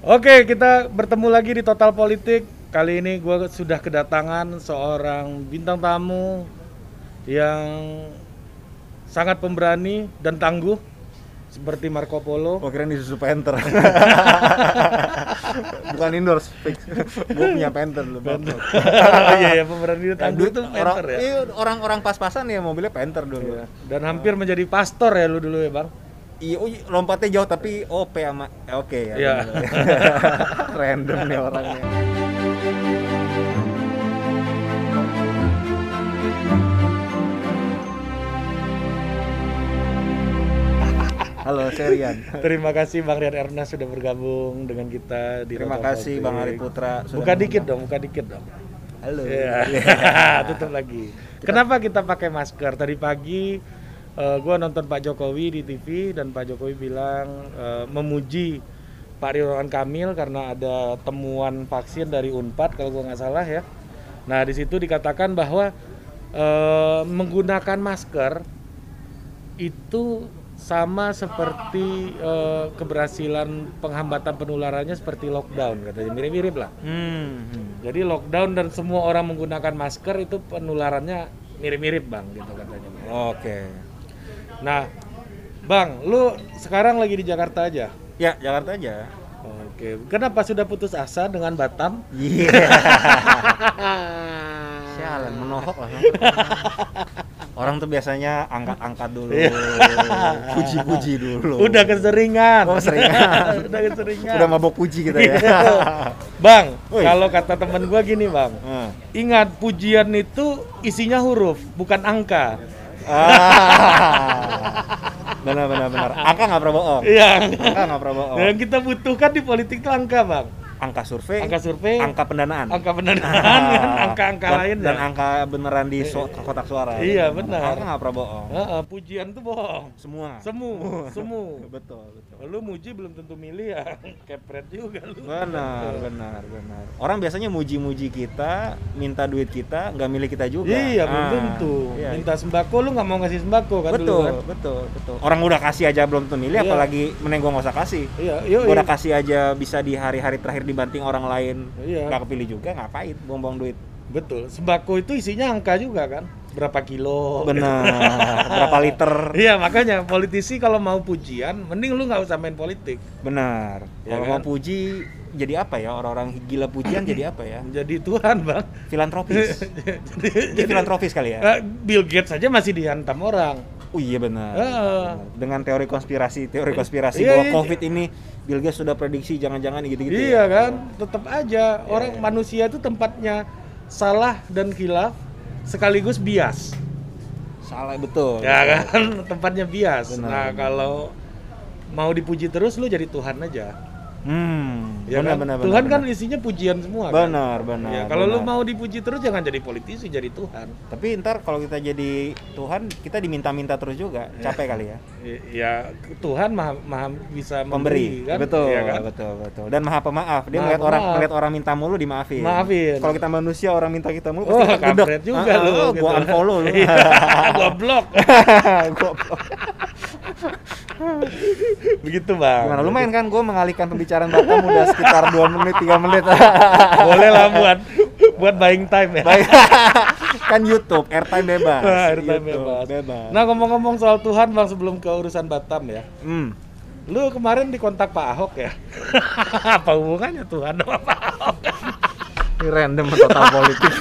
Oke, kita bertemu lagi di Total Politik. Kali ini gue sudah kedatangan seorang bintang tamu yang sangat pemberani dan tangguh seperti Marco Polo. Gua kira ini susu Panther. Bukan endorse, fix. Gua punya Panther dulu. Iya, pemberani dan tangguh itu Panther ya. Iya, orang-orang pas-pasan ya mobilnya Panther dulu. Iya. Dan hampir menjadi pastor ya lu dulu ya, Bang. Iya, lompatnya jauh tapi OP sama oke ya. Iya. Random nih orangnya. Halo, saya Rian. Terima kasih Bang Rian Ernest sudah bergabung dengan kita di Terima Total kasih Politik. Bang Ari Putra. Buka dikit dong. Halo. Ya. Tutup lagi. Kenapa kita pakai masker? Tadi pagi gua nonton Pak Jokowi di TV dan Pak Jokowi bilang memuji Pak Ridwan Kamil karena ada temuan vaksin dari Unpad kalau gua nggak salah ya. Nah di situ dikatakan bahwa menggunakan masker itu sama seperti keberhasilan penghambatan penularannya seperti lockdown katanya, mirip-mirip lah. Jadi lockdown dan semua orang menggunakan masker itu penularannya mirip-mirip Bang gitu katanya. Oke. Nah, Bang, lu sekarang lagi di Jakarta aja? Ya, Jakarta aja. Oke, kenapa sudah putus asa dengan Batam? Iya. Sialan, menohok lah. Orang tuh biasanya angkat-angkat dulu, puji-puji dulu. Udah keseringan. Oh, keseringan. Udah keseringan. Udah mabok puji kita ya. Bang, Woi. kalau kata temen gua gini Bang, ingat pujian itu isinya huruf, bukan angka. Benar. Angka nggak pernah bohong. Iya. Angka nggak pernah bohong. Yang kita butuhkan di politik itu angka Bang. Angka survei, angka angka pendanaan, angka-angka lain dan angka beneran di kotak suara. Iya benar. Angka nggak pernah bohong. Pujian tuh bohong. Semua. Semu. Betul. Lu muji belum tentu milih ya. Kepret juga lu. Benar. Orang biasanya muji-muji kita, minta duit kita, nggak milih kita juga. Iya, belum tentu. Iya. Minta sembako lu nggak mau ngasih sembako kan dulu kan? Betul. Orang udah kasih aja belum tentu milih, Iya. apalagi mending gua nggak usah kasih. Iya, yuk. Gua udah kasih aja bisa di hari-hari terakhir dibanting orang lain. Iya. Nggak kepilih juga, ngapain buang-buang duit. Betul. Sembako itu isinya angka juga kan? Berapa kilo? Benar. Berapa liter? Iya, makanya politisi kalau mau pujian, mending lu nggak usah main politik. Benar. Ya Kalau kan? mau puji jadi apa ya? Orang-orang gila pujian jadi apa ya? Menjadi Tuhan, Bang. Filantropis. Jadi filantropis kali ya? Bill Gates saja masih dihantam orang. Oh iya benar. Benar. Dengan teori konspirasi Iya, bahwa iya. COVID ini Bill Gates sudah prediksi jangan-jangan gitu-gitu. Iya ya? kan, tetap aja orang manusia itu tempatnya salah dan khilaf sekaligus bias. Salah betul. Ya kan, tempatnya bias. Benar. Nah, kalau mau dipuji terus lu jadi Tuhan aja. Ya kan? benar. Tuhan kan isinya pujian semua kan. Benar. Ya, kalau lu mau dipuji terus jangan jadi politisi, jadi Tuhan. Tapi ntar kalau kita jadi Tuhan, kita diminta-minta terus juga, capek kali ya. Ya, Tuhan maha bisa Pemberi, kan? betul, Ya kan? betul. Dan maha pemaaf. Dia Maha ngeliat orang minta mulu dimaafin. Maafin. Kalau kita manusia orang minta kita mulu Oh, pasti kita gedek. kampret juga lu. Gua gitu. unfollow lu. Iya, gua blok. Gua blok. Begitu, Bang. Gimana? Lumayan kan gue mengalihkan pembicaraan Batam udah sekitar 2 menit, 3 menit. Boleh lah buat buying time ya. Baik. Kan YouTube, airtime bebas. Airtime YouTube, bebas. Nah, ngomong-ngomong soal Tuhan Bang, sebelum ke urusan Batam ya. Lu kemarin dikontak Pak Ahok ya? Apa hubungannya Tuhan sama Pak Ahok? Ini random total politik.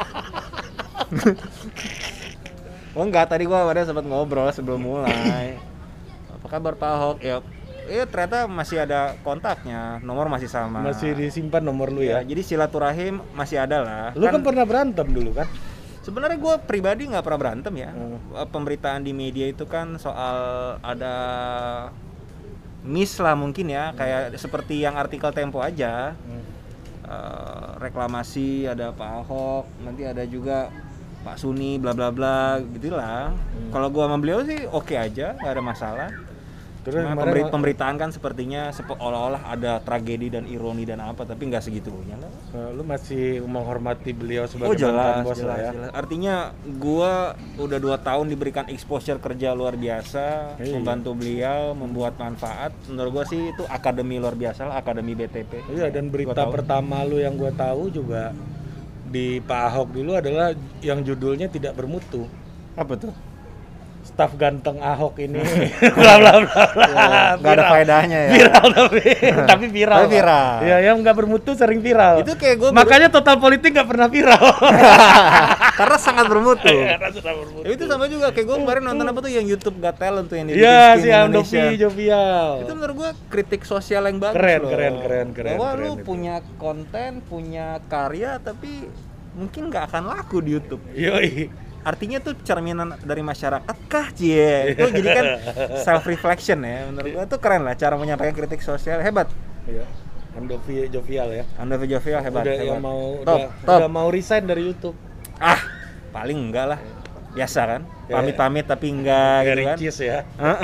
Oh enggak, tadi gue pada sempat ngobrol sebelum mulai. Apa kabar Pak Ahok? Ya ternyata masih ada kontaknya, nomor masih sama. Masih disimpan nomor lu ya? Jadi silaturahim masih ada lah. Lu kan pernah berantem dulu kan? Sebenarnya gue pribadi nggak pernah berantem ya. Pemberitaan di media itu kan soal ada miss lah mungkin ya, kayak seperti yang artikel Tempo aja. Reklamasi ada Pak Ahok, nanti ada juga Pak Suni bla bla bla gitulah. Kalau gua sama beliau sih oke aja, nggak ada masalah. Terus Cuma kemarin pemberitaan kan sepertinya seolah-olah ada tragedi dan ironi dan apa, tapi nggak segitunya lah. lu masih menghormati beliau Oh sebagai jelas, mantan bos jelas, lah ya. jelas. Artinya gua udah 2 tahun diberikan exposure kerja luar biasa, Iya. membantu beliau, membuat manfaat. Menurut gua sih itu akademi luar biasa lah, akademi BTP. Iya, dan berita Gua tahu. pertama lu yang gue tahu juga di Pak Ahok dulu adalah yang judulnya tidak bermutu. Apa tuh? Staf ganteng Ahok ini bla bla bla bla. Nggak ada faedahnya ya. Viral tapi viral. Tapi viral. Iya, yang nggak bermutu sering viral. Itu kayak gua Makanya Total Politik nggak pernah viral. karena sangat bermutu. Karena sudah bermutu. Ya, itu sama juga kayak gue kemarin nonton apa tuh yang YouTube Got Talent tuh yang di Iya, bikin si Indonesia. Andovi Jovial. Itu menurut gue kritik sosial yang bagus Keren, loh. keren, Bahwa keren lu itu. punya konten, punya karya tapi mungkin nggak akan laku di YouTube. Yoi. Artinya tuh cerminan dari masyarakat kah cie? Itu jadi kan self reflection ya. Menurut gue tuh keren lah cara menyampaikan kritik sosial, hebat. Iya. Andovi Jovial ya. Andovi Jovial hebat. Udah hebat. yang mau Top, top. udah mau resign dari YouTube. Ah, paling enggak lah. Biasa kan? Ya. Pamit-pamit tapi enggak gitu Dari kan. Cheese ya.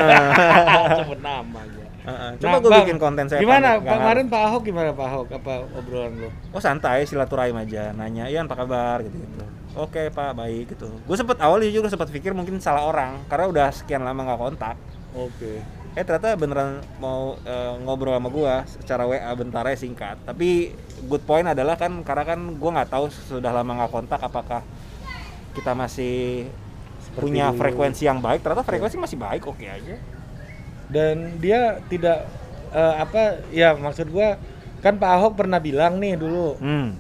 Sebut nama aja. Coba gue bikin konten saya Gimana pamit, nggak kemarin Pak Ahok gimana Pak Ahok? Apa obrolan lo? oh santai, silaturahim aja, nanya Ian apa kabar gitu. Oke Pak, baik gitu. Gue sempet awalnya juga sempat pikir mungkin salah orang karena udah sekian lama nggak kontak. Oke. Ternyata beneran mau ngobrol sama gue secara WA bentar aja singkat. Tapi good point adalah kan karena kan gue nggak tahu sudah lama nggak kontak apakah kita masih punya dulu. frekuensi yang baik. Ternyata frekuensi masih baik, oke aja. Dan dia tidak ya maksud gua kan Pak Ahok pernah bilang nih dulu,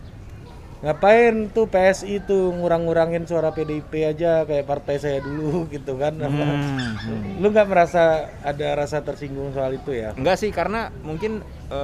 ngapain tuh PSI tuh ngurang-ngurangin suara PDIP aja kayak partai saya dulu gitu kan. Lu nggak merasa ada rasa tersinggung soal itu ya? Enggak sih, karena mungkin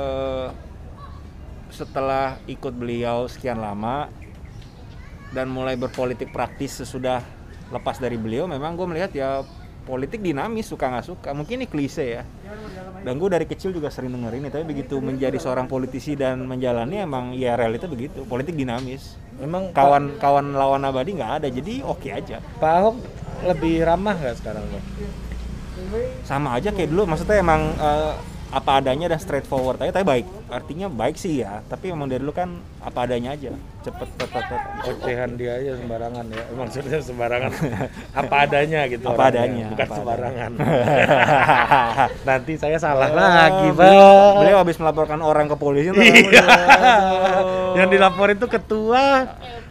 setelah ikut beliau sekian lama dan mulai berpolitik praktis sesudah lepas dari beliau, memang gue melihat ya politik dinamis, suka nggak suka. Mungkin ini klise ya, dan gue dari kecil juga sering dengerin ini, tapi begitu menjadi seorang politisi dan menjalani emang ya realita begitu, politik dinamis. Memang Kawan lawan abadi nggak ada, jadi oke aja. Pak Ahok lebih ramah nggak sekarang lo? Sama aja kayak dulu, maksudnya emang apa adanya dan straightforward aja, tapi baik. Artinya baik sih ya, tapi emang dari dulu kan apa adanya aja, cepet. Ocehan dia aja sembarangan ya, maksudnya sembarangan apa adanya gitu. Apa orangnya, adanya, bukan apa sembarangan. Nanti saya salah lagi Bang. Beliau habis melaporkan orang ke polisi. Iya. Yang dilaporin itu ketua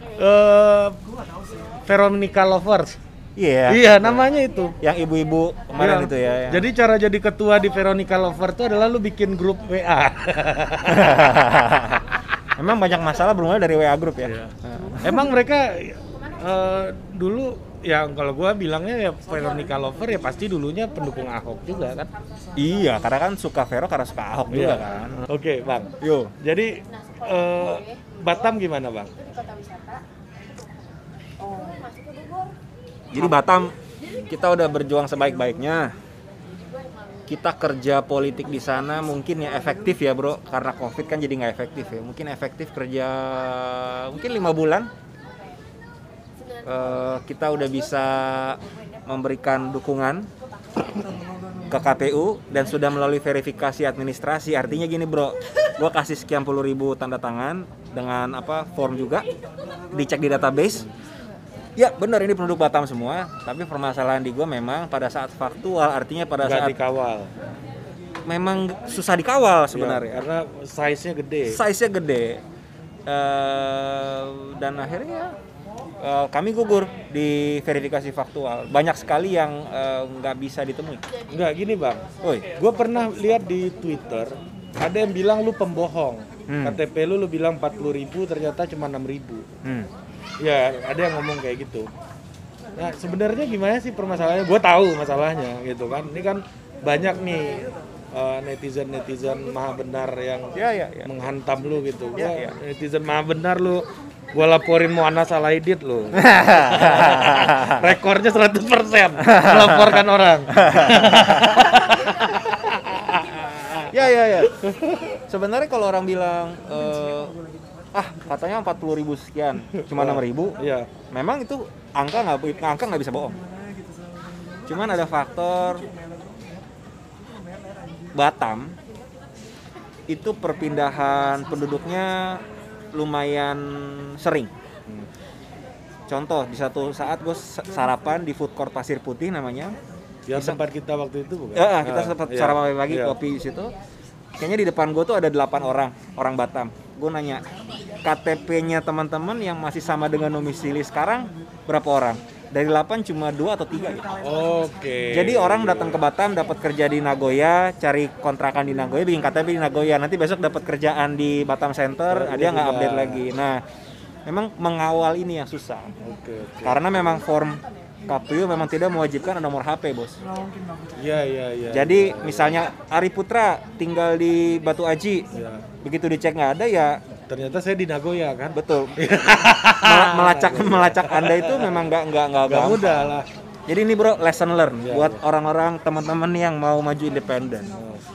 Veronica Lovers. Iya, namanya itu. Yang ibu-ibu kemarin Iya. itu ya. Jadi cara jadi ketua di Veronica Lovers itu adalah lu bikin grup WA. Memang banyak masalah bermula dari WA group ya. Iya. Emang mereka dulu ya kalau gua bilangnya ya Veronica Lover ya pasti dulunya pendukung Ahok juga kan. Iya, karena kan suka Vero karena suka Ahok juga kan. Oke, Bang. Yo. Jadi Batam gimana, Bang? Kota wisata. Oh, masuk ke Bogor. Jadi Batam kita udah berjuang sebaik-baiknya. Kita kerja politik di sana mungkin ya efektif ya bro, karena covid kan jadi nggak efektif ya. Mungkin efektif kerja mungkin 5 bulan. Kita udah bisa memberikan dukungan ke KPU dan sudah melalui verifikasi administrasi. Artinya gini bro, gue kasih sekian puluh ribu tanda tangan dengan form juga, dicek di database. Ya benar ini penduduk Batam semua, tapi permasalahan di gue memang pada saat faktual, artinya pada Nggak saat dikawal. memang susah dikawal sebenarnya. Ya, karena size-nya gede. Size-nya gede. Dan akhirnya kami gugur di verifikasi faktual. Banyak sekali yang nggak bisa ditemui. Enggak gini, Bang. Woi, Gue pernah lihat di Twitter ada yang bilang lu pembohong. KTP lu bilang 40.000 ternyata cuma 6.000. Ya, ada yang ngomong kayak gitu. Nah, sebenarnya gimana sih permasalahannya? Gue tahu masalahnya gitu kan. Ini kan banyak nih netizen maha benar yang ya. menghantam lu gitu. Ya. Netizen maha benar lu. Gue laporin Mu'ana salah edit lu. Rekornya 100% melaporkan orang. Ya. Sebenarnya kalau orang bilang katanya 40.000 sekian, cuma 6.000. Iya. Memang itu angka nggak bisa bohong. Cuman ada faktor Batam itu perpindahan penduduknya lumayan sering. Contoh, di satu saat gue sarapan di food court Pasir Putih namanya. Yang tempat kita waktu itu bukan? Kita sempat sarapan pagi, iya. kopi di situ. Kayaknya di depan gue tuh ada 8 orang Batam. Gue nanya, KTP-nya teman-teman yang masih sama dengan domisili sekarang berapa orang? Dari 8 cuma 2 atau 3 gitu. Oke. Jadi orang datang ke Batam dapat kerja di Nagoya, cari kontrakan di Nagoya, bikin KTP di Nagoya. Nanti besok dapat kerjaan di Batam Center, dia nggak update lagi. Nah, memang mengawal ini yang susah. Oke. Karena memang form KPU memang tidak mewajibkan ada nomor HP, Bos. Iya. Jadi misalnya Ari Putra tinggal di Batu Aji, Iya. begitu dicek nggak ada ya Ternyata saya di Nagoya kan? betul. melacak Anda itu memang nggak Gak gampang. mudah lah. Jadi ini bro lesson learn Iya, buat orang-orang teman-teman yang mau maju independen.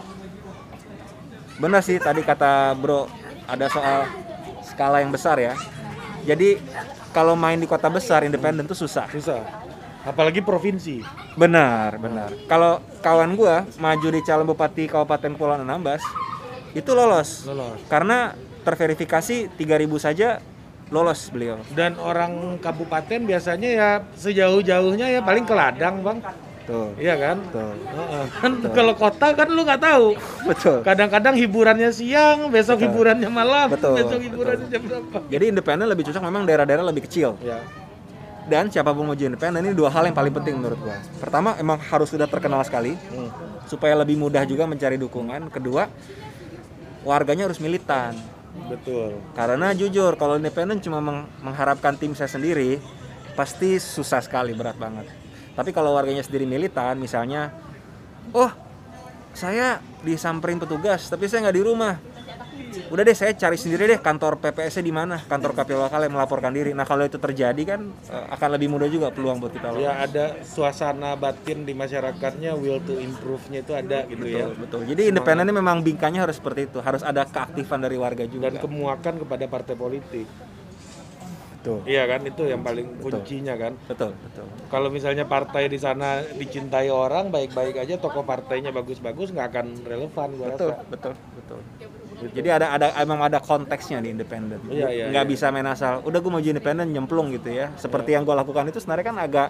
Benar sih tadi kata bro ada soal skala yang besar ya. Jadi kalau main di kota besar independen tuh susah. Susah. Apalagi provinsi. Benar. Kalau kawan gua maju di calon bupati Kabupaten Kepulauan Anambas itu lolos. Karena terverifikasi 3.000 saja lolos beliau. Dan orang kabupaten biasanya ya sejauh-jauhnya ya paling ke ladang, Bang. Tuh. Iya kan? Tuh. Kan kalau kota kan lu nggak tahu. Betul. Kadang-kadang hiburannya siang, besok hiburannya malam, Betul. besok hiburannya jam berapa. Jadi independen lebih cocok memang daerah-daerah lebih kecil. Ya. Dan siapapun mau jadi independen ini 2 hal yang paling penting menurut gua. Pertama emang harus sudah terkenal sekali supaya lebih mudah juga mencari dukungan. Kedua, warganya harus militan. Betul. Karena jujur kalau independen cuma mengharapkan tim saya sendiri pasti susah sekali, berat banget. Tapi kalau warganya sendiri militan, misalnya, oh saya disamperin petugas tapi saya nggak di rumah, udah deh saya cari sendiri deh kantor PPS-nya di mana, kantor KPU lokal yang melaporkan diri. Nah kalau itu terjadi kan akan lebih mudah juga peluang buat kita. Ya ada suasana batin di masyarakatnya, will to improve-nya itu ada gitu ya. Betul. Jadi independen ini memang bingkanya harus seperti itu, harus ada keaktifan dari warga juga. Dan kemuakan kepada partai politik. Betul. Iya kan, itu yang paling kuncinya kan. Betul. Kalau misalnya partai di sana dicintai orang baik-baik aja, tokoh partainya bagus-bagus, nggak akan relevan gua rasa. Betul. Jadi emang ada konteksnya di independen. Iya, Nggak bisa main asal. Udah gue mau jadi independen nyemplung gitu ya. Seperti yang gue lakukan itu sebenarnya kan agak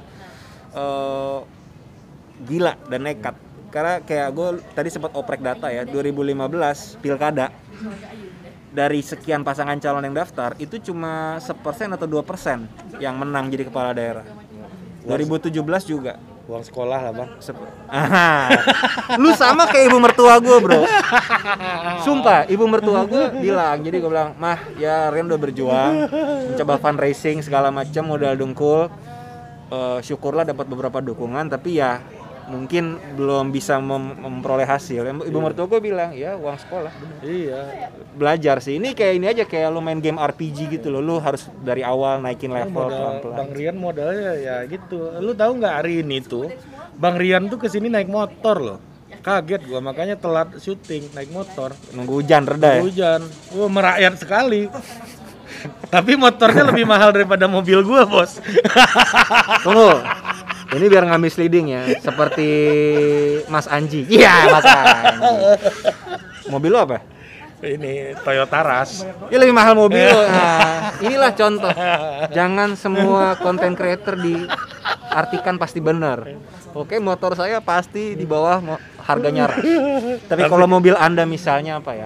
gila dan nekat. Karena kayak gue tadi sempat oprek data ya, 2015 pilkada dari sekian pasangan calon yang daftar itu cuma 1% atau 2% yang menang jadi kepala daerah. 2017 juga. Uang sekolah lah Bang. Lu sama kayak ibu mertua gue bro. Sumpah ibu mertua gue bilang, jadi gue bilang, mah ya Rian udah berjuang mencoba fundraising segala macam modal dengkul, syukurlah dapat beberapa dukungan tapi ya mungkin belum bisa memperoleh hasil. Ibu mertua gue bilang ya uang sekolah bener. Iya. Belajar sih ini kayak ini aja, kayak lu main game RPG gitu loh, lu harus dari awal naikin level pelan-pelan. Bang Rian modalnya ya gitu. Lu tahu nggak hari ini tuh Bang Rian tuh kesini naik motor loh. Kaget gua, makanya telat syuting naik motor. Nunggu hujan reda ya. Hujan. Wah merakyat sekali. Tapi motornya lebih mahal daripada mobil gua bos. Tunggu. Ini biar nggak misleading ya, seperti Mas Anji. Iya, Mas Anji. Mobil lu apa? Ini Toyota Rush. Ya lebih mahal mobil lo. Nah, inilah contoh. Jangan semua content creator diartikan pasti benar. Oke, motor saya pasti di bawah harganya Rush. Tapi kalau mobil Anda misalnya apa ya?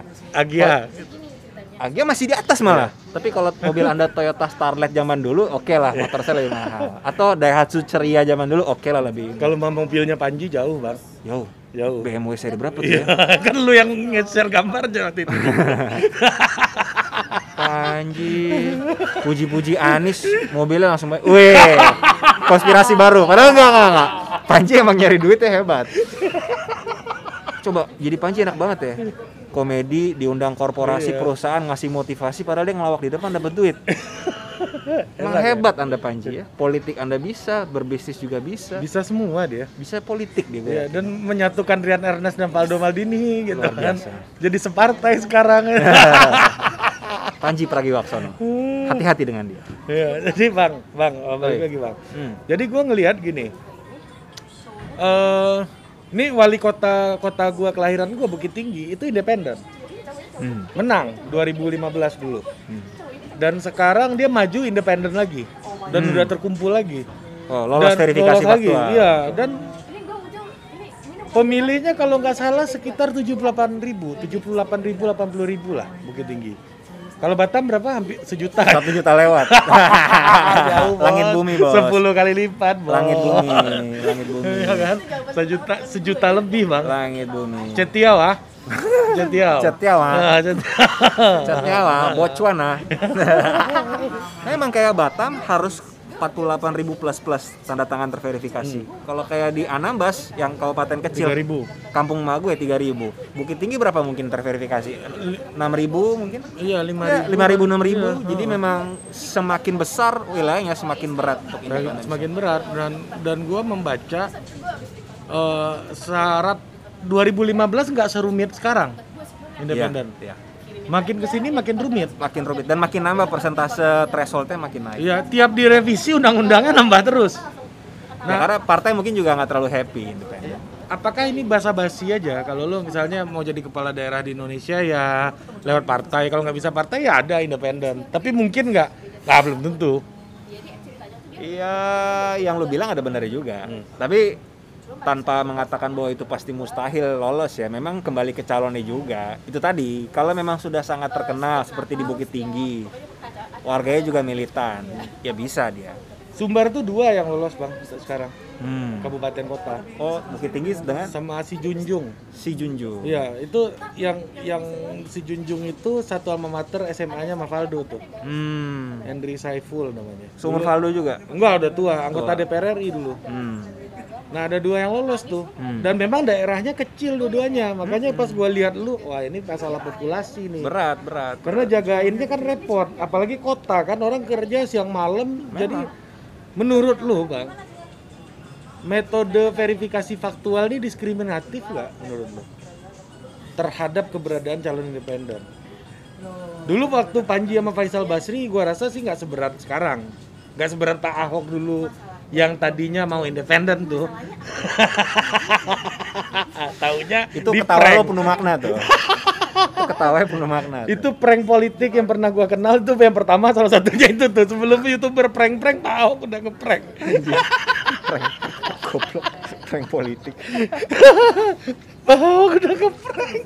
Agya masih di atas malah. Tapi kalau mobil Anda Toyota Starlet zaman dulu, oke lah, motor saya lebih mahal. Atau Daihatsu Ceria zaman dulu, oke lah lebih. Kalau mobilnya Panji jauh, Bang. Jauh. BMW seri berapa tuh ya? Kan lu yang nge-share gambar aja waktu itu. Panji, puji-puji Anis, mobilnya langsung weh, konspirasi baru. Padahal enggak. Panji emang nyari duitnya hebat. Coba, jadi Panji enak banget ya. Komedi, diundang korporasi, perusahaan, ngasih motivasi, padahal dia ngelawak di depan dapat duit. Emang hebat Anda Panji ya. Politik Anda bisa, berbisnis juga bisa. Bisa semua dia. Bisa politik dia. Ya, dan menyatukan Rian Ernest dan Valdo Maldini gitu kan. Jadi separtai sekarang. Panji Pragiwaksono. Hati-hati dengan dia. Ya, jadi balik lagi Bang. Jadi gue ngelihat gini. Ini wali kota gua kelahiran gua Bukit Tinggi itu independen. Menang 2015 dulu. Dan sekarang dia maju independen lagi dan udah terkumpul lagi. Oh, lolos Dan verifikasi lolos lagi. faktual. Iya, dan pemilihnya kalau nggak salah sekitar 78.000, 80.000 lah Bukit Tinggi. Kalau Batam berapa? Hampir 1 juta. 1 juta lewat. Jauh, Langit bumi, Bos. 10 kali lipat, Bos. Langit bumi, langit bumi. Iya kan? 1 juta lebih, Bang. Langit bumi. Cetiau ah. Cetiau. Cetiau, ah. Nah, Cetiau. Catnya Botswana. Memang kayak Batam harus 48.000 plus tanda tangan terverifikasi. Kalau kayak di Anambas yang kabupaten kecil, 3.000. kampung emak gue 3.000. Bukit Tinggi berapa mungkin terverifikasi? 6.000 mungkin? Iya, 5.000. 5.000 6.000. Iya, Jadi memang semakin besar wilayahnya semakin berat untuk independensi. semakin berat dan gua membaca syarat 2015 nggak serumit sekarang independen. Iya. Makin kesini makin rumit. Makin rumit dan makin nambah persentase thresholdnya makin naik. Iya, tiap direvisi undang-undangnya nambah terus. Nah, karena partai mungkin juga nggak terlalu happy independen. Apakah ini basa-basi aja? Kalau lo misalnya mau jadi kepala daerah di Indonesia ya lewat partai. Kalau nggak bisa partai ya ada independen. Tapi mungkin nggak belum tentu. Iya, yang lu bilang ada benar juga. Tapi tanpa mengatakan bahwa itu pasti mustahil lolos ya, memang kembali ke calonnya juga. Itu tadi, kalau memang sudah sangat terkenal seperti di Bukit Tinggi, warganya juga militan, ya bisa dia. Sumbar tuh 2 yang lolos Bang sekarang. Kabupaten kota. Oh, Bukit Tinggi dengan Sama si Junjung. si Junju. Iya, itu yang si Junjung itu satu alma mater SMA-nya Mafaldo tuh. Henry Saiful namanya. Sumur Dulu- Faldo juga. Enggak, udah tua, anggota Tua. DPR RI dulu. Nah, ada 2 yang lolos tuh. Hmm. Dan memang daerahnya kecil dua-duanya. Makanya pas gua lihat lu, wah ini masalah populasi nih. Berat. Karena jagainnya kan repot, apalagi kota kan orang kerja siang malam. Jadi menurut lu, Bang, metode verifikasi faktual ini diskriminatif nggak menurut lu terhadap keberadaan calon independen? Dulu waktu Panji sama Faisal Basri, gua rasa sih nggak seberat sekarang, nggak seberat Pak Ahok dulu yang tadinya mau independen tuh. Taunya Itu di ketawa prank. lo penuh makna tuh. Itu ketawanya penuh makna. Tuh. Itu prank politik yang pernah gua kenal tuh, yang pertama salah satunya itu tuh. Sebelum YouTuber prank-prank, Pak Ahok udah ngeprank. prank goblok, prank politik. Pak Ahok udah ngeprank.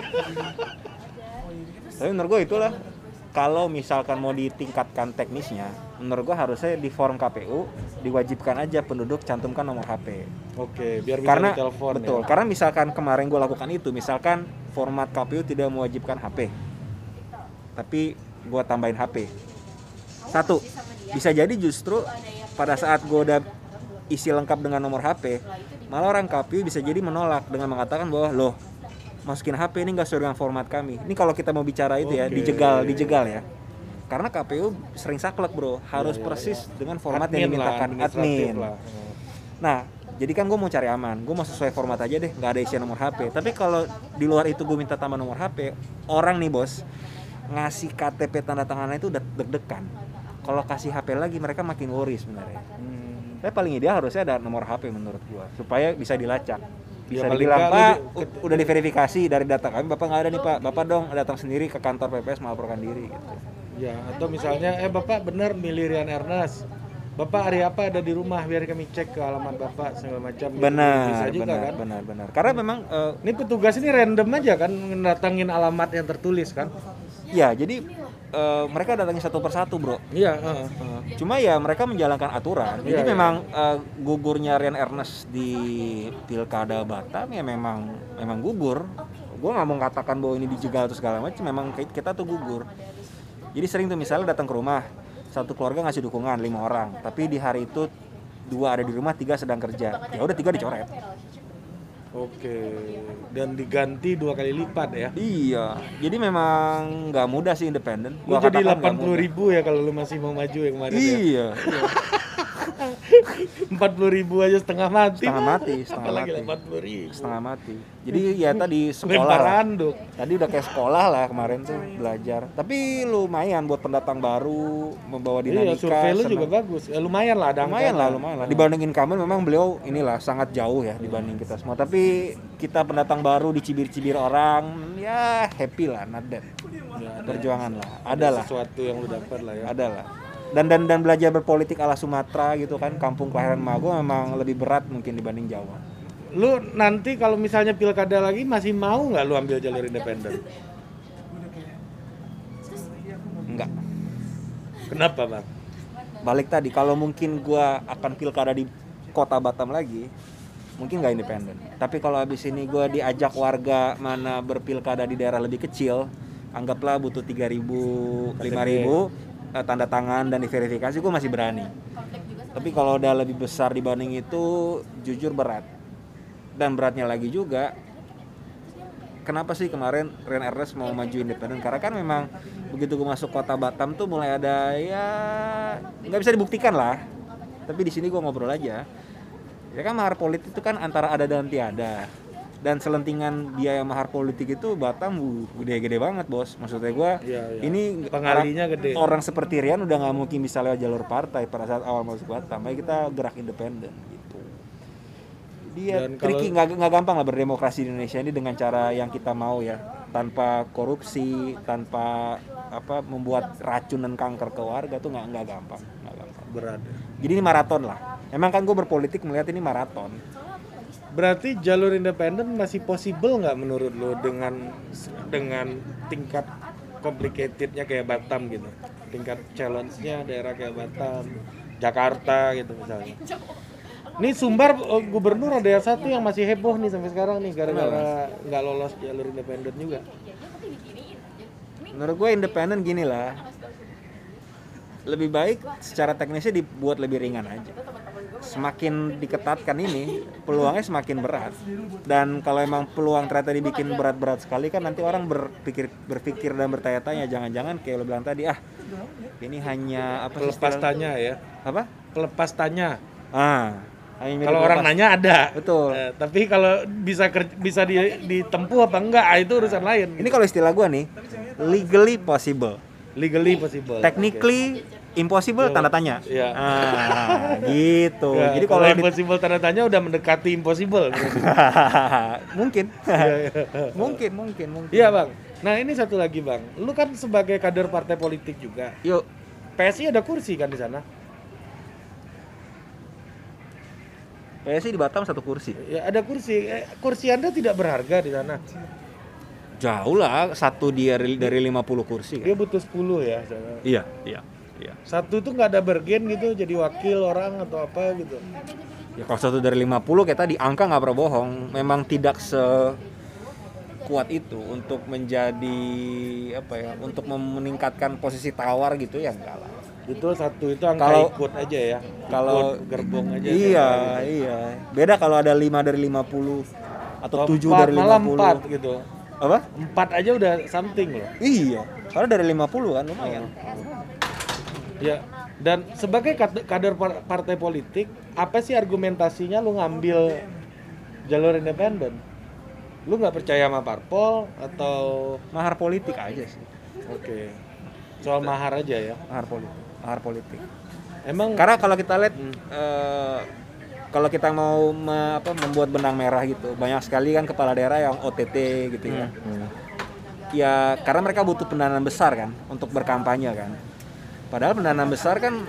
Tapi menurut gue itulah, kalau misalkan mau ditingkatkan teknisnya, menurut gue harusnya di form KPU diwajibkan aja penduduk cantumkan nomor HP. Oke, biar bisa Karena ditelepon betul, ya. karena misalkan kemarin gue lakukan itu, misalkan format KPU tidak mewajibkan HP, tapi gue tambahin HP. Satu, bisa jadi justru pada saat gue udah isi lengkap dengan nomor HP, malah orang KPU bisa jadi menolak dengan mengatakan bahwa loh, masukin HP ini nggak sesuai dengan format kami. Ini kalau kita mau bicara itu ya, Oke. dijegal ya. Karena KPU sering saklek bro, harus persis dengan format yang Admin lah, dimintakan administratif admin. lah. Nah, jadi kan gue mau cari aman, gue mau sesuai format aja deh, nggak ada isian nomor HP. Tapi kalau di luar itu gue minta tambah nomor HP, orang nih bos ngasih KTP tanda tangannya itu udah deg-degan. Kalau kasih HP lagi mereka makin worry sebenarnya. Tapi paling ideal harusnya ada nomor HP menurut gue, supaya bisa dilacak. Bisa Ya, paling dibilang, nggak Pak, lu udah diverifikasi dari data kami, Bapak nggak ada nih Pak, Bapak dong datang sendiri ke kantor PPS melaporkan diri gitu. Ya, atau misalnya, Bapak benar milih Rian Ernest. Bapak hari apa ada di rumah, biar kami cek ke alamat Bapak segala macam. Gitu. Bisa juga kan? Benar. Karena memang Ini petugas ini random aja kan ngedatangin alamat yang tertulis kan? ya jadi mereka datangin satu persatu bro. Iya, Cuma ya mereka menjalankan aturan. Jadi Iya, memang gugurnya Rian Ernest di Pilkada Batam ya memang gugur. Gue nggak mau katakan bahwa ini dijegal atau segala macam. Memang kita tuh gugur. Jadi sering tuh misalnya datang ke rumah, satu keluarga ngasih dukungan 5 orang, tapi di hari itu 2 ada di rumah, 3 sedang kerja. Ya udah 3 dicoret. Oke. Dan diganti 2 kali lipat ya? Iya. Jadi memang nggak mudah sih independen. Lu jadi 80.000 ya kalau lu masih mau maju ya kemarin ya? Iya. 40.000 aja setengah mati. Setengah mati, setengah Apalagi mati. 40.000. Setengah mati. Jadi ya tadi sekolah Lempar lah. handuk. Tadi udah kayak sekolah lah kemarin tuh belajar. Tapi lumayan buat pendatang baru, membawa Iya, dinamika. survei lu senang. juga bagus. Ya, lumayan lah ada Lumayan angkanya. lah. Dibanding incumbent memang beliau inilah sangat jauh ya dibanding kita semua. Tapi kita pendatang baru dicibir-cibir orang, ya happy lah, not that. Ya, Perjuangan lah, ada lah, sesuatu yang lu dapat lah ya. ada lah. Dan belajar berpolitik ala Sumatera gitu kan, kampung kelahiran Mago memang lebih berat mungkin dibanding Jawa. Lu nanti kalau misalnya pilkada lagi masih mau nggak lu ambil jalur independen? Enggak. Kenapa, Bang? Balik tadi, kalau mungkin gua akan pilkada di kota Batam lagi, mungkin nggak independen. Tapi kalau habis ini gua diajak warga mana berpilkada di daerah lebih kecil, anggaplah butuh 3.000, 5.000 tanda tangan dan diverifikasi, gue masih berani. Tapi kalau udah lebih besar dibanding itu, jujur berat. Dan beratnya lagi juga, kenapa sih kemarin Rian Ernest mau maju independen? Karena kan memang begitu gue masuk kota Batam tuh mulai ada ya nggak bisa dibuktikan lah. Tapi di sini gue ngobrol aja. Ya kan mahar politik itu kan antara ada dan tiada. Dan selentingan biaya mahar politik itu Batam gede-gede banget, Bos. Maksudnya gue ini pengalinya gede. Orang seperti Rian udah nggak mungkin bisa lewat jalur partai pada saat awal masuk Batam. Makanya kita gerak independen gitu. Dia tricky, nggak gampang lah berdemokrasi di Indonesia ini dengan cara yang kita mau ya, tanpa korupsi, tanpa membuat racun dan kanker ke warga tuh nggak gampang. Berat. Jadi ini maraton lah. Emang kan gue berpolitik melihat ini maraton. Berarti jalur independen masih possible nggak menurut lo dengan tingkat complicatednya kayak Batam gitu, tingkat challenge-nya daerah kayak Batam, Jakarta gitu misalnya. Ini Sumbar gubernur ada satu yang masih heboh nih sampai sekarang nih gara-gara nggak lolos jalur independen juga. Menurut gue independen gini lah, lebih baik secara teknisnya dibuat lebih ringan aja. Semakin diketatkan ini, peluangnya semakin berat. Dan kalau emang peluang ternyata dibikin berat-berat sekali kan nanti orang berpikir dan bertanya-tanya, jangan-jangan kayak lo bilang tadi, ini hanya pelepas tanya ya. Apa? Pelepas tanya. Kalau orang nanya ada. Betul. Tapi kalau bisa ditempuh apa enggak, itu urusan lain. Ini kalau istilah gua nih, legally possible. Legally possible. Technically impossible tanda tanya. Ya. Gitu. Ya, jadi kalau impossible tanda tanya udah mendekati impossible. mungkin. mungkin. Iya, Bang. Nah, ini satu lagi, Bang. Lu kan sebagai kader partai politik juga. Yuk. PSI ada kursi kan di sana? PSI di Batam 1 kursi. Ya, ada kursi. Kursi Anda tidak berharga di sana. Jauh lah, 1 dari 50 kursi kan. Dia butuh 10 ya. Iya. Satu tuh nggak ada bergen gitu, jadi wakil orang atau apa gitu. Ya kalau 1 dari 50 kayak tadi, angka nggak pernah bohong. Memang tidak sekuat itu untuk menjadi untuk meningkatkan posisi tawar gitu ya enggak lah. Itu satu itu angka ikut aja ya. Kalau gerbong aja. Iya. Beda kalau ada 5 dari 50 atau 7 dari 50. Malah 4 gitu. Apa? 4 aja udah something loh. Iya. Kalau dari 50 kan lumayan. Ya, dan sebagai kader partai politik, apa sih argumentasinya lu ngambil jalur independen? Lu nggak percaya sama parpol atau mahar politik aja sih? Oke. Soal mahar aja ya? Mahar politik. Emang karena kalau kita lihat kalau kita mau membuat benang merah gitu, banyak sekali kan kepala daerah yang OTT gitu ya. Ya karena mereka butuh pendanaan besar kan untuk berkampanye kan. Padahal pendanaan besar kan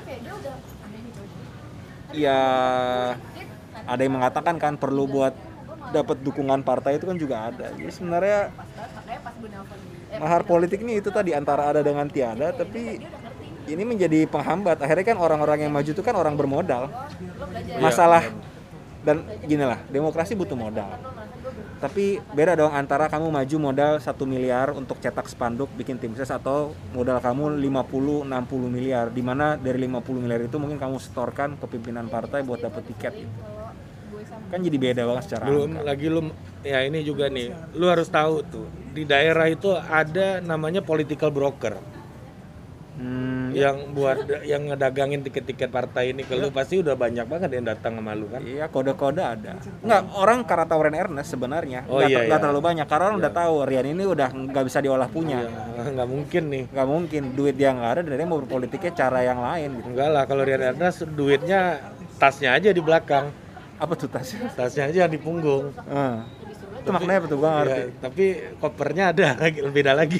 ya ada yang mengatakan kan perlu buat dapat dukungan partai itu kan juga ada. Jadi sebenarnya mahar politik ini itu tadi antara ada dengan tiada, tapi ini menjadi penghambat. Akhirnya kan orang-orang yang maju itu kan orang bermodal. Masalah dan gini lah, demokrasi butuh modal. Tapi beda dong antara kamu maju modal 1 miliar untuk cetak spanduk bikin tim ses atau modal kamu 50-60 miliar, di mana dari 50 miliar itu mungkin kamu setorkan ke pimpinan partai buat dapet tiket gitu. Kan jadi beda banget secara angka. Lagi lu ya ini juga nih, lu harus tahu tuh di daerah itu ada namanya political broker. yang ngedagangin tiket-tiket partai ini ke lu pasti udah banyak banget yang datang sama lu kan. Iya, kode-kode ada. Enggak, orang karena tahu Rian Ernest sebenarnya Oh, iya. terlalu banyak karena orang udah tahu Rian ini udah nggak bisa diolah punya. Iya, nggak mungkin nih. Nggak mungkin, duit dia nggak ada dan dia mau berpolitiknya cara yang lain gitu. Enggak lah, kalau Rian Ernest duitnya tasnya aja di belakang, Apa tuh tasnya? tasnya aja di punggung. Itu maknanya apa tuh, gua nggak ngerti. Ya, tapi kopernya ada lagi, beda lagi.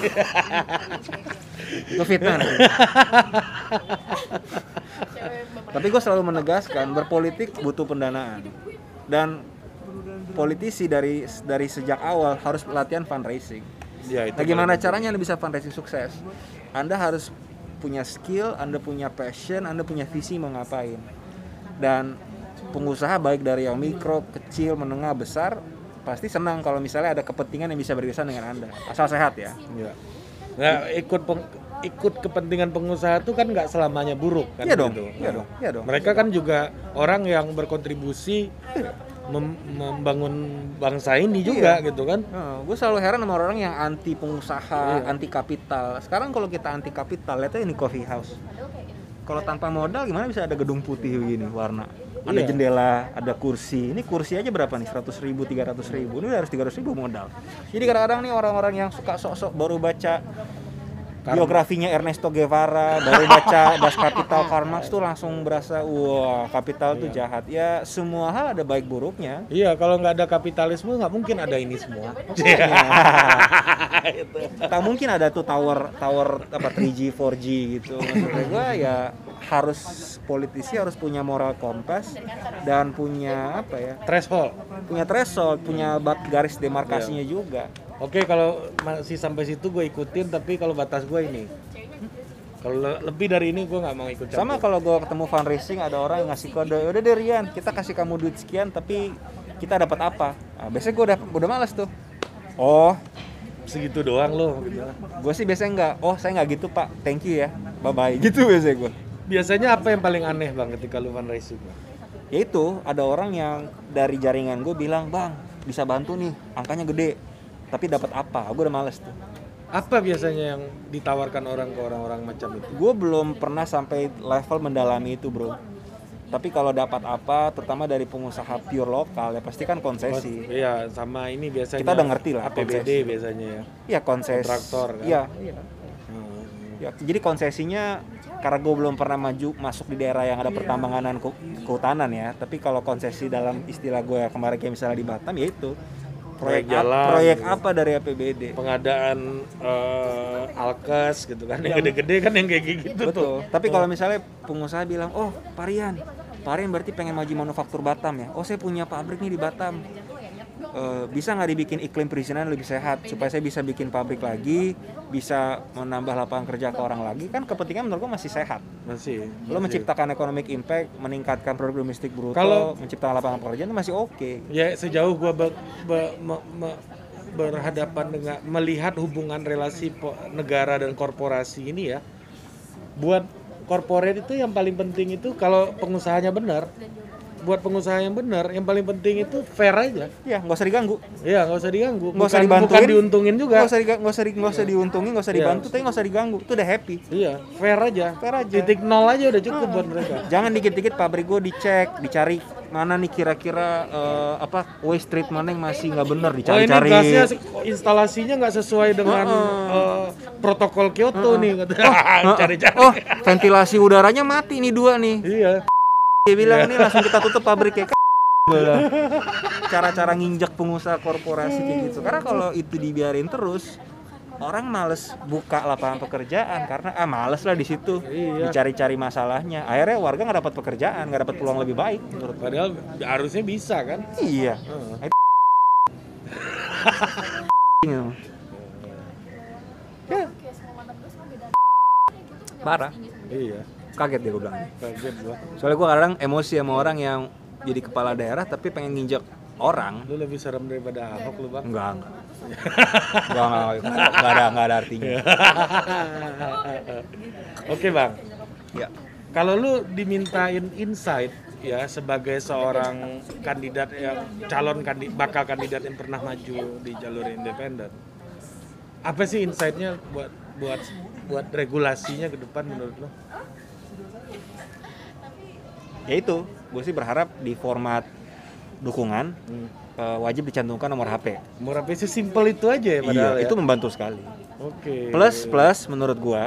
Itu fitnah nanti. Tapi gue selalu menegaskan berpolitik butuh pendanaan dan politisi dari sejak awal harus latihan fundraising. Ya, itu Nah, gimana caranya Anda bisa fundraising sukses? Anda harus punya skill, Anda punya passion, Anda punya visi mau ngapain. Dan pengusaha baik dari yang mikro, kecil, menengah, besar pasti senang kalau misalnya ada kepentingan yang bisa beririsan dengan Anda. Asal sehat ya. Ya. Nah, ikut kepentingan pengusaha itu kan nggak selamanya buruk kan. Iya dong, gitu. iya dong. Mereka kan juga orang yang berkontribusi membangun bangsa ini juga gitu kan. Gue selalu heran sama orang yang anti pengusaha, anti kapital. Sekarang kalau kita anti kapital, lihat ini coffee house. Kalau tanpa modal gimana bisa ada gedung putih begini warna? Ada jendela, ada kursi. Ini kursi aja berapa nih? 100.000, 300.000. Ini udah harus 300.000 modal. Jadi kadang-kadang nih orang-orang yang suka sok-sok baru baca biografinya Ernesto Guevara, baru baca Das Kapital Karl Marx tuh langsung berasa wah kapital tuh jahat. Ya semua hal ada baik buruknya. Iya, kalau nggak ada kapitalisme nggak mungkin ada ini semua. Tak mungkin ada tuh tower apa 3G, 4G gitu. Maksudnya gue ya harus politisi harus punya moral kompas dan punya apa ya? Threshold, punya garis demarkasinya juga. Oke, kalau masih sampai situ gue ikutin, tapi kalau batas gue ini. Kalau lebih dari ini gue nggak mau ikut campur. Sama kalau gue ketemu fundraising ada orang yang ngasih kode, udah deh Rian, kita kasih kamu duit sekian tapi kita dapat apa? Nah, biasanya gue udah malas tuh. Oh, segitu doang loh. Gitu. Gue sih biasanya enggak. Oh, saya nggak gitu pak, thank you ya, bye bye. Gitu biasanya gue. Biasanya apa yang paling aneh bang ketika lu fundraising? Yaitu ada orang yang dari jaringan gue bilang, bang bisa bantu nih, angkanya gede. Tapi dapat apa? Gue udah males tuh. Apa biasanya yang ditawarkan orang ke orang-orang macam itu? Gue belum pernah sampai level mendalami itu bro. Tapi kalau dapat apa, terutama dari pengusaha pure lokal ya pasti kan konsesi. Iya, sama ini biasanya. Kita udah ngerti lah. APBD konsesi. Biasanya ya. Iya konsesi. Kontraktor kan. Iya. Ya, jadi konsesinya karena gue belum pernah masuk di daerah yang ada pertambangan dan kehutanan ya. Tapi kalau konsesi dalam istilah gue kemarin kayak misalnya di Batam ya itu. Proyek apa dari APBD? Pengadaan alkes gitu kan, yang gede-gede kan yang kayak gitu. Betul. Tuh. Tapi kalau misalnya pengusaha bilang, oh Pak Rian berarti pengen maju manufaktur Batam ya. Oh saya punya pabrik nih di Batam. Bisa nggak dibikin iklim perizinan lebih sehat supaya saya bisa bikin pabrik lagi, bisa menambah lapangan kerja ke orang lagi, kan kepentingan menurut gue masih sehat. Masih. Lo menciptakan economic impact, meningkatkan produk domestik bruto, menciptakan lapangan pekerjaan itu masih oke. Ya sejauh gue berhadapan dengan melihat hubungan relasi negara dan korporasi ini ya, buat korporat itu yang paling penting itu kalau pengusahanya benar. Buat pengusaha yang benar, yang paling penting itu fair aja. Iya, nggak usah diganggu. Iya, nggak usah diganggu. Nggak usah dibantuin. Bukan diuntungin juga. Nggak usah diuntungin, nggak usah dibantu, tapi nggak usah diganggu. Itu udah happy. Iya, fair aja. Titik nol aja udah cukup buat mereka. Jangan dikit-dikit pabrik gue dicek, dicari mana nih kira-kira waste treatment yang masih nggak benar, dicari-cari. Oh ini gasnya instalasinya nggak sesuai dengan protokol Kyoto nih. Cari-cari. Oh, ventilasi udaranya mati nih 2 nih. Iya. Dia bilang nih langsung kita tutup pabriknya. Cara-cara nginjak pengusaha korporasi kayak gitu. Karena kalau itu dibiarin terus, orang males buka lapangan pekerjaan karena males lah di situ. Iya. Dicari-cari masalahnya. Akhirnya warga nggak dapat pekerjaan, nggak dapat peluang lebih baik. Padahal harusnya bisa kan? Iya. Ya. Parah. Iya. Kaget dia gue bilang. Kaget gua. Soalnya gue kadang emosi sama orang yang jadi kepala daerah tapi pengen nginjek orang. Lu lebih serem daripada Ahok lu bang? Enggak. Enggak ada artinya. Oke bang. Ya. Kalau lu dimintain insight ya sebagai seorang kandidat yang bakal kandidat yang pernah maju di jalur independen, apa sih insight-nya buat buat regulasinya ke depan menurut lo? Ya itu, gue sih berharap di format dukungan wajib dicantumkan nomor HP. Nomor HP sesimpel itu aja ya padahal ya? Itu membantu sekali. Oke. Plus menurut gue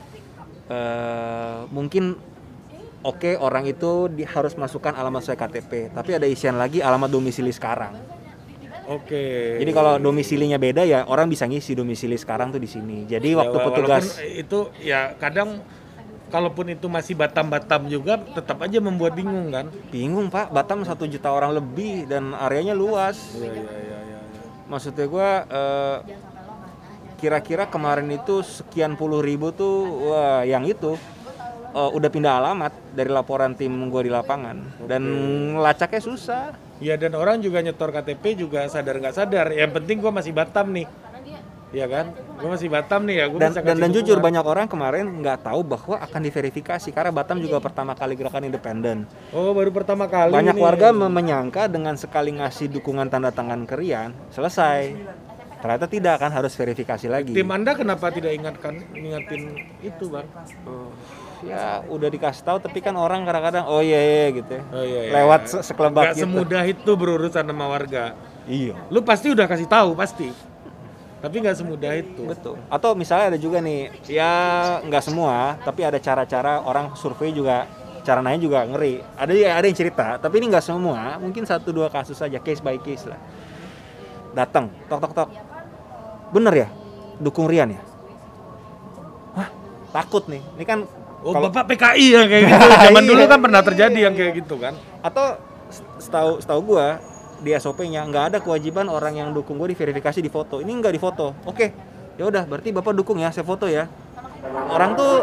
mungkin orang itu harus masukkan alamat sesuai KTP, tapi ada isian lagi alamat domisili sekarang. Oke. Jadi kalau domisilinya beda ya orang bisa ngisi domisili sekarang tuh di sini. Jadi waktu petugas itu ya kadang kalaupun itu masih Batam juga tetap aja membuat bingung kan? Bingung Pak, Batam 1 juta orang lebih dan areanya luas. Iya. Maksudnya gue kira-kira kemarin itu sekian puluh ribu tuh, wah yang itu udah pindah alamat dari laporan tim gue di lapangan. Dan lacaknya susah. Iya, dan orang juga nyetor KTP juga sadar nggak sadar. Yang penting gue masih Batam nih. Iya kan? Gue masih Batam nih ya. Dan jujur banyak orang kemarin nggak tahu bahwa akan diverifikasi karena Batam juga pertama kali gerakan independen. Oh, baru pertama kali. Banyak warga menyangka dengan sekali ngasih dukungan tanda tangan ke Rian selesai. Ternyata tidak, kan harus verifikasi lagi. Tim Anda kenapa tidak ingatin itu, Bang? Ya udah dikasih tahu, tapi kan orang kadang-kadang oh iya gitu ya. Lewat sekelebat gitu. Gak semudah itu berurusan sama warga. Iya. Lu pasti udah kasih tahu pasti. Tapi nggak semudah itu. Betul. Atau misalnya ada juga nih, ya nggak semua, tapi ada cara-cara orang survei juga, cara nanya juga ngeri. Ada yang cerita, tapi ini nggak semua. Mungkin 1-2 kasus saja, case by case lah. Datang, tok. Bener ya, dukung Rian ya? Wah, takut nih. Ini kan. Kalau Bapak PKI yang kayak gitu. Zaman dulu kan pernah terjadi yang kayak gitu kan. Atau setahu gua di SOP-nya nggak ada kewajiban orang yang dukung gue diverifikasi di foto. Ini nggak di foto. Oke, ya udah berarti Bapak dukung ya, saya foto ya. Orang tuh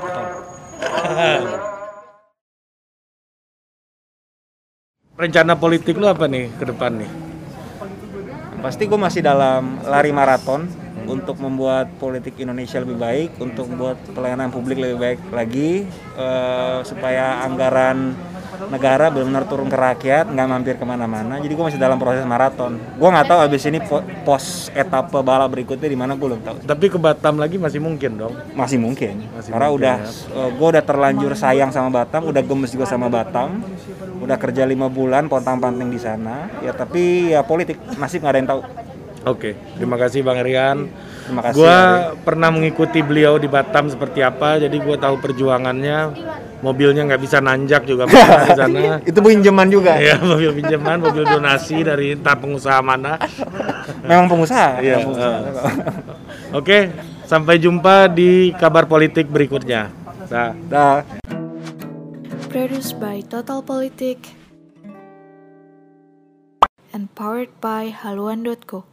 rencana politik lu apa nih ke depan nih? Pasti gue masih dalam lari maraton untuk membuat politik Indonesia lebih baik, untuk membuat pelayanan publik lebih baik lagi, supaya anggaran negara benar-benar turun ke rakyat, nggak mampir kemana-mana. Jadi gue masih dalam proses maraton. Gue nggak tahu abis ini pos etape balap berikutnya di mana, gue belum tahu. Tapi ke Batam lagi masih mungkin dong? Masih mungkin. Karena gue udah terlanjur sayang sama Batam, udah gemes juga sama Batam, udah kerja 5 bulan pontang-panting di sana. Ya tapi ya politik nasib nggak ada yang tahu. Oke, terima kasih Bang Rian. Terima kasih. Gue pernah mengikuti beliau di Batam seperti apa, jadi gue tahu perjuangannya. Mobilnya nggak bisa nanjak juga di sana. Itu pinjaman juga. Iya, mobil pinjaman, mobil donasi dari entah pengusaha mana. Memang pengusaha. Iya. Oke, sampai jumpa di kabar politik berikutnya. Dah. Produced by Total Politik and powered by haluan.co.